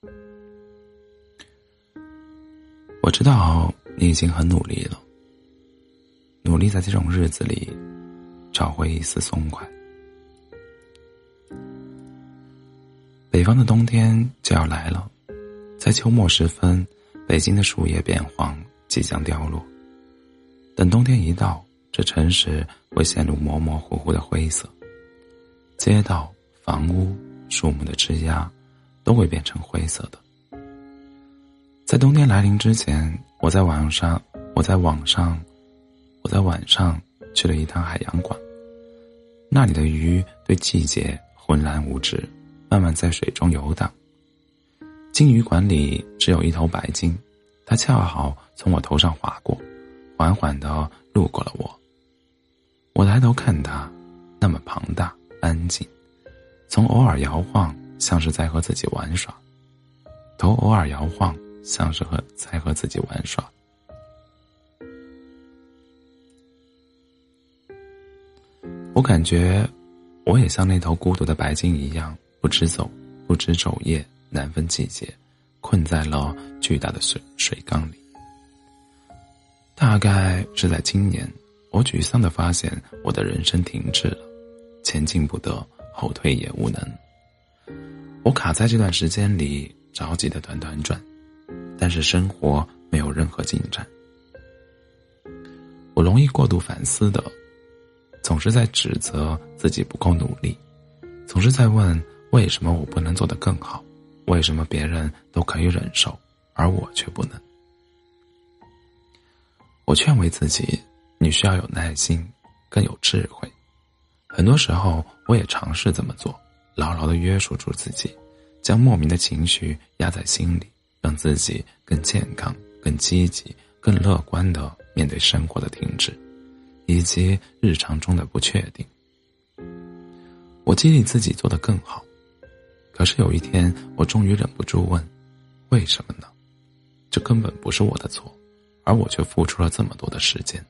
我知道你已经很努力了，努力在这种日子里找回一丝松快。北方的冬天就要来了，在秋末时分，北京的树叶变黄，即将凋落。等冬天一到，这城市会陷入模模糊糊的灰色，街道、房屋、树木的枝桠都会变成灰色的。在冬天来临之前，我在晚上去了一趟海洋馆，那里的鱼对季节浑然无知，慢慢在水中游荡。金鱼馆里只有一头白鲸，它恰好从我头上划过，缓缓地路过了我。我抬头看它，那么庞大安静，从偶尔摇晃像是在和自己玩耍，头偶尔摇晃像是在和自己玩耍。我感觉我也像那头孤独的白鲸一样，不知昼夜，难分季节，困在了巨大的水缸里。大概是在今年，我沮丧地发现我的人生停滞了，前进不得，后退也无能。我卡在这段时间里，着急的团团转，但是生活没有任何进展。我容易过度反思的，总是在指责自己不够努力，总是在问为什么我不能做得更好，为什么别人都可以忍受，而我却不能。我劝慰自己，你需要有耐心，更有智慧。很多时候我也尝试这么做，牢牢地约束住自己，将莫名的情绪压在心里，让自己更健康、更积极、更乐观地面对生活的停滞，以及日常中的不确定。我激励自己做得更好，可是有一天我终于忍不住问，为什么呢？这根本不是我的错，而我却付出了这么多的时间。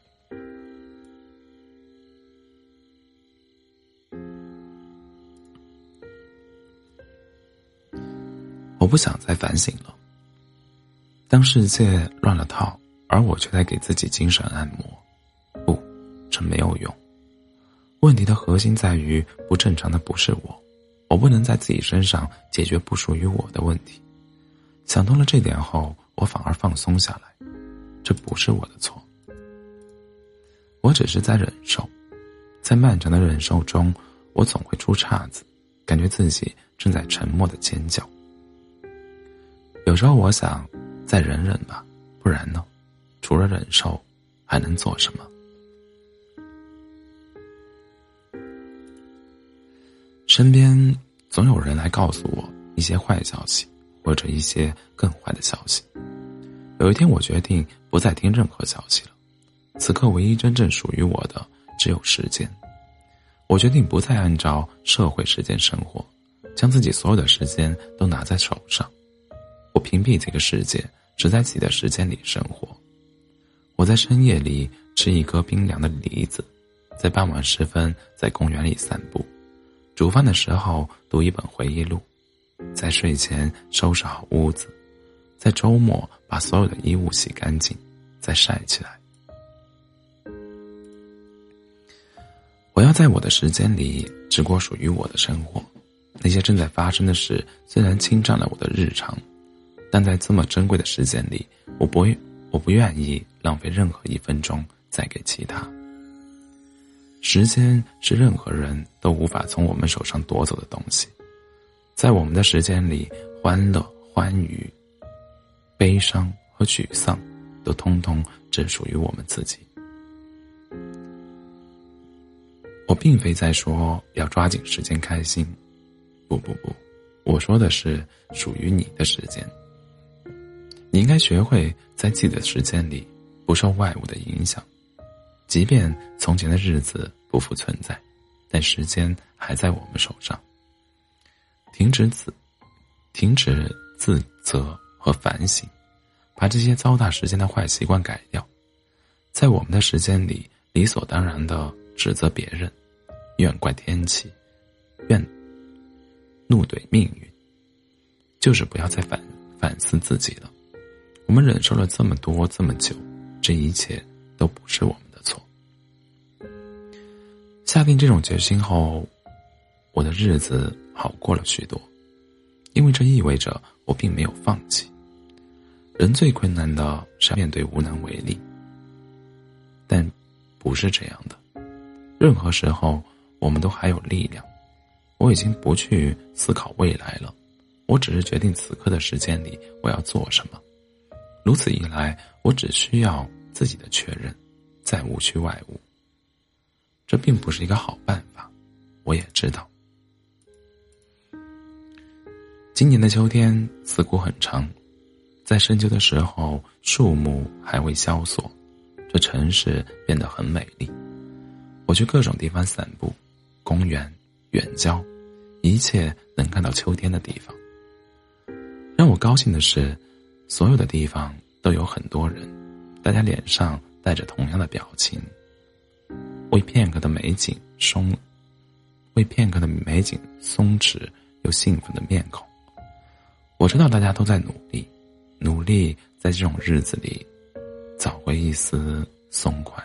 我不想再反省了。当世界乱了套，而我却在给自己精神按摩，不，这没有用。问题的核心在于，不正常的不是我不能在自己身上解决不属于我的问题。想通了这点后，我反而放松下来，这不是我的错，我只是在忍受。在漫长的忍受中，我总会出岔子，感觉自己正在沉默地尖叫。有时候我想，再忍忍吧，不然呢？除了忍受，还能做什么？身边总有人来告诉我一些坏消息，或者一些更坏的消息。有一天我决定不再听任何消息了，此刻唯一真正属于我的只有时间。我决定不再按照社会时间生活，将自己所有的时间都拿在手上。我屏蔽这个世界，只在自己的时间里生活。我在深夜里吃一颗冰凉的梨子，在傍晚时分在公园里散步，煮饭的时候读一本回忆录，在睡前收拾好屋子，在周末把所有的衣物洗干净，再晒起来。我要在我的时间里只过属于我的生活。那些正在发生的事虽然侵占了我的日常，但在这么珍贵的时间里，我不愿意浪费任何一分钟再给其他。时间是任何人都无法从我们手上夺走的东西，在我们的时间里，欢乐、欢愉、悲伤和沮丧都通通只属于我们自己。我并非在说要抓紧时间开心，不，我说的是属于你的时间。你应该学会在自己的时间里不受外物的影响，即便从前的日子不复存在，但时间还在我们手上。停止自责和反省，把这些糟蹋时间的坏习惯改掉。在我们的时间里，理所当然地指责别人，怨怪天气，怒怼命运， 就是不要再反思自己了。我们忍受了这么多这么久，这一切都不是我们的错。下定这种决心后，我的日子好过了许多，因为这意味着我并没有放弃。人最困难的是面对无能为力，但不是这样的。任何时候我们都还有力量。我已经不去思考未来了，我只是决定此刻的时间里我要做什么。如此一来，我只需要自己的确认，再无需外物。这并不是一个好办法，我也知道。今年的秋天似乎很长，在深秋的时候，树木还未萧索，这城市变得很美丽。我去各种地方散步，公园、远郊，一切能看到秋天的地方。让我高兴的是，所有的地方都有很多人，大家脸上带着同样的表情，为片刻的美景松弛又兴奋的面孔。我知道大家都在努力在这种日子里找回一丝松快。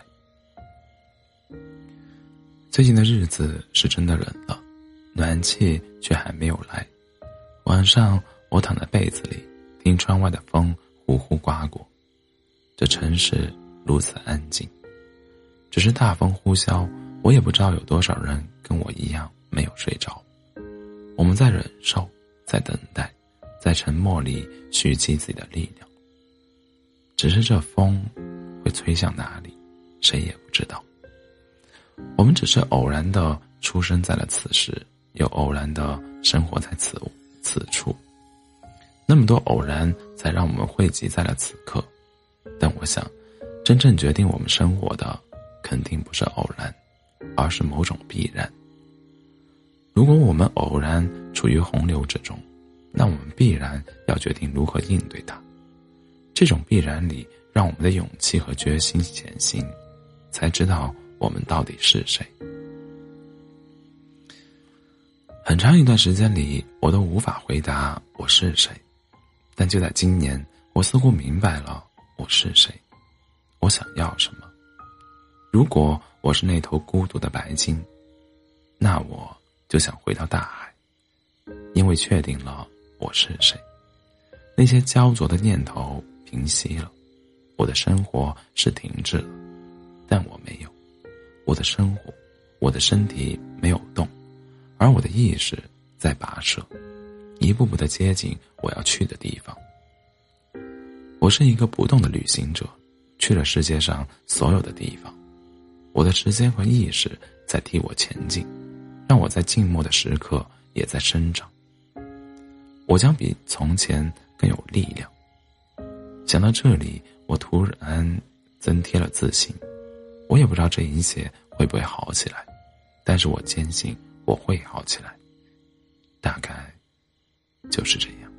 最近的日子是真的冷了，暖气却还没有来。晚上我躺在被子里，听窗外的风呼呼刮过。这城市如此安静，只是大风呼啸，我也不知道有多少人跟我一样没有睡着。我们在忍受，在等待，在沉默里蓄积自己的力量。只是这风会吹向哪里，谁也不知道。我们只是偶然地出生在了此时，又偶然地生活在此处。那么多偶然才让我们汇集在了此刻。但我想，真正决定我们生活的肯定不是偶然，而是某种必然。如果我们偶然处于洪流之中，那我们必然要决定如何应对它。这种必然里，让我们的勇气和决心前行，才知道我们到底是谁。很长一段时间里，我都无法回答我是谁，但就在今年，我似乎明白了我是谁，我想要什么。如果我是那头孤独的白鲸，那我就想回到大海，因为确定了我是谁。那些焦灼的念头平息了，我的生活是停滞了，但我没有。我的生活，我的身体没有动，而我的意识在跋涉，一步步地接近我要去的地方。我是一个不动的旅行者，去了世界上所有的地方。我的时间和意识在替我前进，让我在静默的时刻也在生长。我将比从前更有力量。想到这里，我突然增添了自信。我也不知道这一切会不会好起来，但是我坚信我会好起来，大概就是这样。